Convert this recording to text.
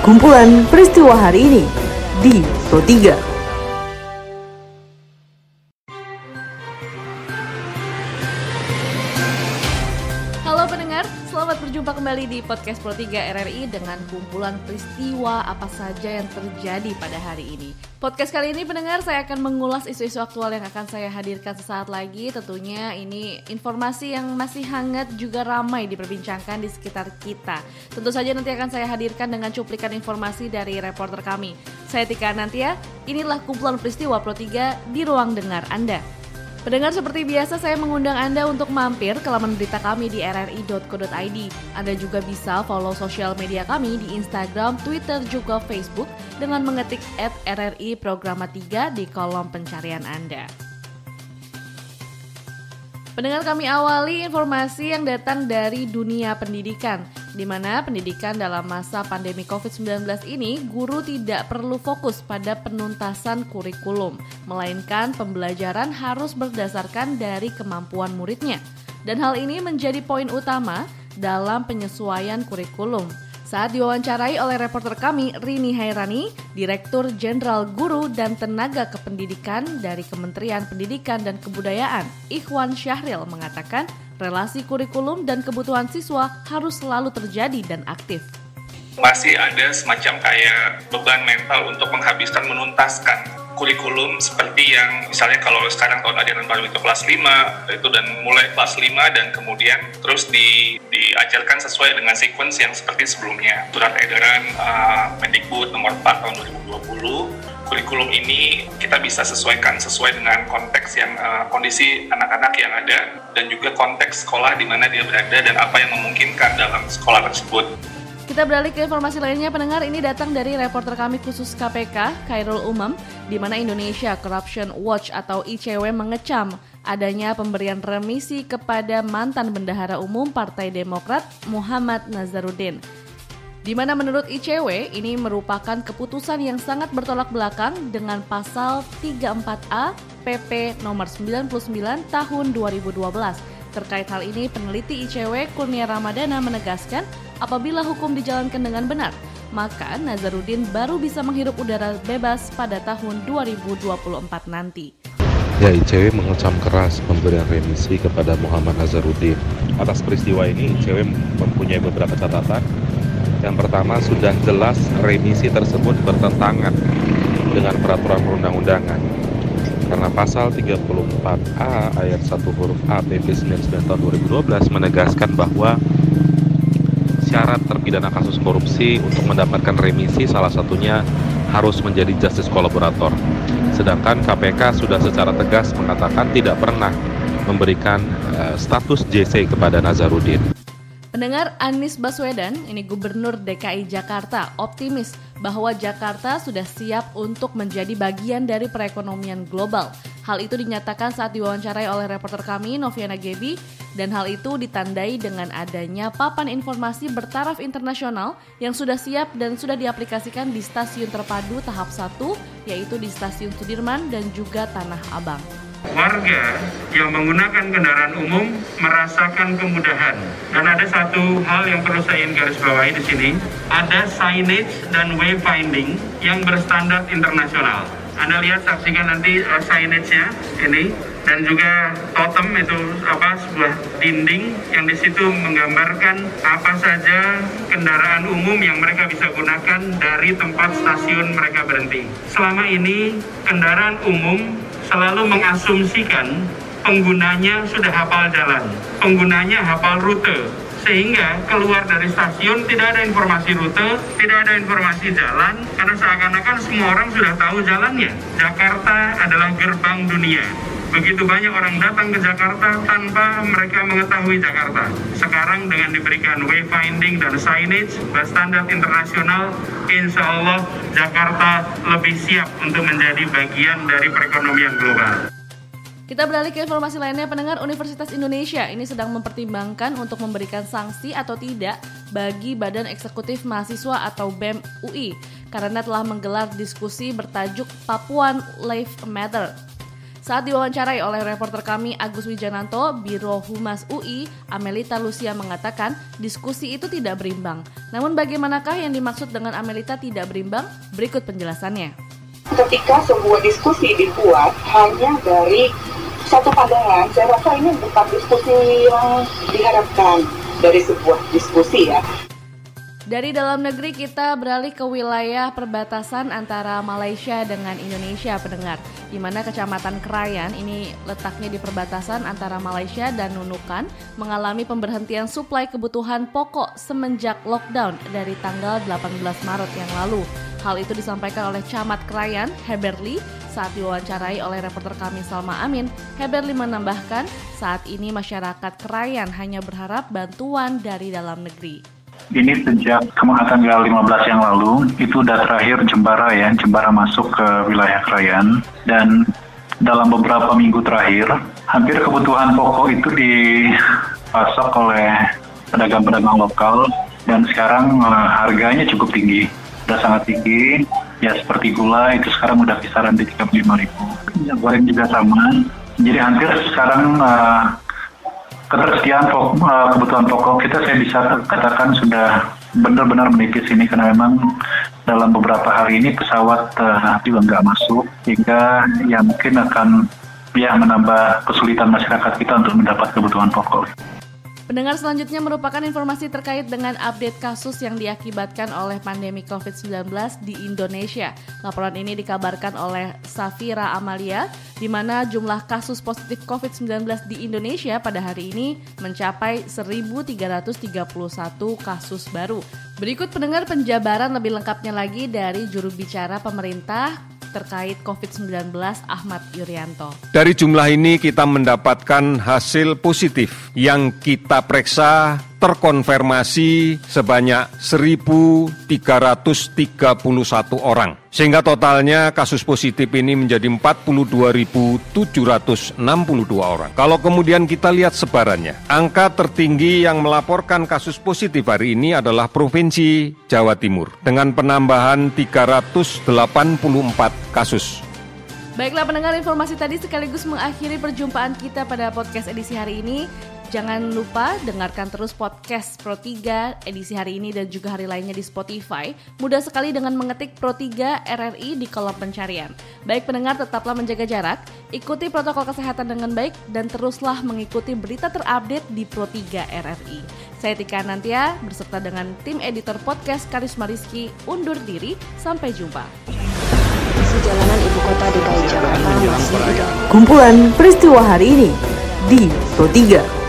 Kumpulan peristiwa hari ini di Pro 3. Halo pendengar, selamat berjumpa kembali di podcast Pro 3 RRI dengan kumpulan peristiwa apa saja yang terjadi pada hari ini. Podcast kali ini pendengar, saya akan mengulas isu-isu aktual yang akan saya hadirkan sesaat lagi. Tentunya ini informasi yang masih hangat juga ramai diperbincangkan di sekitar kita. Tentu saja nanti akan saya hadirkan dengan cuplikan informasi dari reporter kami. Saya Tika Anantia, inilah kumpulan peristiwa Pro 3 di ruang dengar Anda. Pendengar, seperti biasa saya mengundang Anda untuk mampir ke laman berita kami di rri.co.id. Anda juga bisa follow sosial media kami di Instagram, Twitter, juga Facebook dengan mengetik @RRI Programa 3 di kolom pencarian Anda. Pendengar, kami awali informasi yang datang dari dunia pendidikan, di mana pendidikan dalam masa pandemi COVID-19 ini, guru tidak perlu fokus pada penuntasan kurikulum, melainkan pembelajaran harus berdasarkan dari kemampuan muridnya. Dan hal ini menjadi poin utama dalam penyesuaian kurikulum. Saat diwawancarai oleh reporter kami, Rini Hairani, Direktur Jenderal Guru dan Tenaga Kependidikan dari Kementerian Pendidikan dan Kebudayaan, Ikhwan Syahril mengatakan relasi kurikulum dan kebutuhan siswa harus selalu terjadi dan aktif. Masih ada semacam kayak beban mental untuk menghabiskan, menuntaskan kurikulum seperti yang misalnya kalau sekarang tahun ajaran baru itu kelas 5 itu, dan mulai kelas 5 dan kemudian terus diajarkan sesuai dengan sequence yang seperti sebelumnya. Surat edaran Mendikbud nomor 4 tahun 2020, kurikulum ini kita bisa sesuaikan sesuai dengan konteks yang kondisi anak-anak yang ada dan juga konteks sekolah di mana dia berada dan apa yang memungkinkan dalam sekolah tersebut. Kita beralih ke informasi lainnya, pendengar. Ini datang dari reporter kami khusus KPK, Khairul Umam, di mana Indonesia Corruption Watch atau ICW mengecam adanya pemberian remisi kepada mantan Bendahara Umum Partai Demokrat Muhammad Nazarudin. Di mana menurut ICW, ini merupakan keputusan yang sangat bertolak belakang dengan pasal 34A PP nomor 99 tahun 2012. Terkait hal ini, peneliti ICW Kurnia Ramadana menegaskan apabila hukum dijalankan dengan benar, maka Nazarudin baru bisa menghirup udara bebas pada tahun 2024 nanti. Ya, ICW mengecam keras pemberian remisi kepada Muhammad Nazarudin. Atas peristiwa ini, ICW mempunyai beberapa catatan. Yang pertama, sudah jelas remisi tersebut bertentangan dengan peraturan perundang-undangan. Karena pasal 34A ayat 1 huruf A PP 99 tahun 2012 menegaskan bahwa syarat terpidana kasus korupsi untuk mendapatkan remisi salah satunya harus menjadi justice kolaborator. Sedangkan KPK sudah secara tegas mengatakan tidak pernah memberikan status JC kepada Nazarudin. Pendengar, Anies Baswedan, ini Gubernur DKI Jakarta, optimis bahwa Jakarta sudah siap untuk menjadi bagian dari perekonomian global. Hal itu dinyatakan saat diwawancarai oleh reporter kami, Noviana Gebi, dan hal itu ditandai dengan adanya papan informasi bertaraf internasional yang sudah siap dan sudah diaplikasikan di stasiun terpadu tahap 1, yaitu di Stasiun Sudirman dan juga Tanah Abang. Warga yang menggunakan kendaraan umum merasakan kemudahan, dan ada satu hal yang perlu saya garis bawahi di sini, ada signage dan wayfinding yang berstandar internasional. Anda lihat, saksikan nanti signage-nya ini, dan juga totem itu sebuah dinding yang di situ menggambarkan apa saja kendaraan umum yang mereka bisa gunakan dari tempat stasiun mereka berhenti. Selama ini kendaraan umum selalu mengasumsikan penggunanya sudah hafal jalan, penggunanya hafal rute, sehingga keluar dari stasiun tidak ada informasi rute, tidak ada informasi jalan, karena seakan-akan semua orang sudah tahu jalannya. Jakarta adalah gerbang dunia. Begitu banyak orang datang ke Jakarta tanpa mereka mengetahui Jakarta. Sekarang dengan diberikan wayfinding dan signage berstandar internasional, insya Allah Jakarta lebih siap untuk menjadi bagian dari perekonomian global. Kita beralih ke informasi lainnya, pendengar. Universitas Indonesia ini sedang mempertimbangkan untuk memberikan sanksi atau tidak bagi Badan Eksekutif Mahasiswa atau BEM UI karena telah menggelar diskusi bertajuk Papuan Lives Matter. Saat diwawancarai oleh reporter kami Agus Wijananto, Biro Humas UI, Amelita Lucia mengatakan diskusi itu tidak berimbang. Namun bagaimanakah yang dimaksud dengan Amelita tidak berimbang? Berikut penjelasannya. Ketika sebuah diskusi dibuat hanya dari satu pandangan, saya rasa ini bukan diskusi yang diharapkan dari sebuah diskusi ya. Dari dalam negeri kita beralih ke wilayah perbatasan antara Malaysia dengan Indonesia, pendengar. Di mana Kecamatan Krayan, ini letaknya di perbatasan antara Malaysia dan Nunukan, mengalami pemberhentian suplai kebutuhan pokok semenjak lockdown dari tanggal 18 Maret yang lalu. Hal itu disampaikan oleh Camat Krayan, Heberly, saat diwawancarai oleh reporter kami Salma Amin. Heberly menambahkan, saat ini masyarakat Krayan hanya berharap bantuan dari dalam negeri. Ini sejak tanggal 15 yang lalu, itu udah terakhir Jembara masuk ke wilayah Krayan. Dan dalam beberapa minggu terakhir, hampir kebutuhan pokok itu dipasok oleh pedagang-pedagang lokal. Dan sekarang harganya cukup tinggi, udah sangat tinggi. Ya seperti gula itu sekarang udah kisaran di 35.000. Minyak goreng juga sama. Jadi hampir sekarang ketersediaan kebutuhan pokok kita saya bisa katakan sudah benar-benar menipis ini karena memang dalam beberapa hari ini pesawat juga nggak masuk sehingga ya mungkin akan menambah kesulitan masyarakat kita untuk mendapat kebutuhan pokok. Pendengar, selanjutnya merupakan informasi terkait dengan update kasus yang diakibatkan oleh pandemi COVID-19 di Indonesia. Laporan ini dikabarkan oleh Safira Amalia, di mana jumlah kasus positif COVID-19 di Indonesia pada hari ini mencapai 1.331 kasus baru. Berikut pendengar penjabaran lebih lengkapnya lagi dari juru bicara pemerintah terkait COVID-19 Ahmad Yuryanto. Dari jumlah ini kita mendapatkan hasil positif yang kita periksa terkonfirmasi sebanyak 1.331 orang. Sehingga totalnya kasus positif ini menjadi 42.762 orang. Kalau kemudian kita lihat sebarannya, angka tertinggi yang melaporkan kasus positif hari ini adalah Provinsi Jawa Timur dengan penambahan 384 kasus. Baiklah pendengar, informasi tadi sekaligus mengakhiri perjumpaan kita pada podcast edisi hari ini. Jangan lupa dengarkan terus podcast Pro 3 edisi hari ini dan juga hari lainnya di Spotify. Mudah sekali dengan mengetik Pro 3 RRI di kolom pencarian. Baik pendengar, tetaplah menjaga jarak, ikuti protokol kesehatan dengan baik, dan teruslah mengikuti berita terupdate di Pro 3 RRI. Saya Tika Nantia berserta dengan tim editor podcast Karisma Rizky undur diri. Sampai jumpa. Jalanan ibu kota DKI Jakarta masih Kumpulan peristiwa hari ini di Pro 3.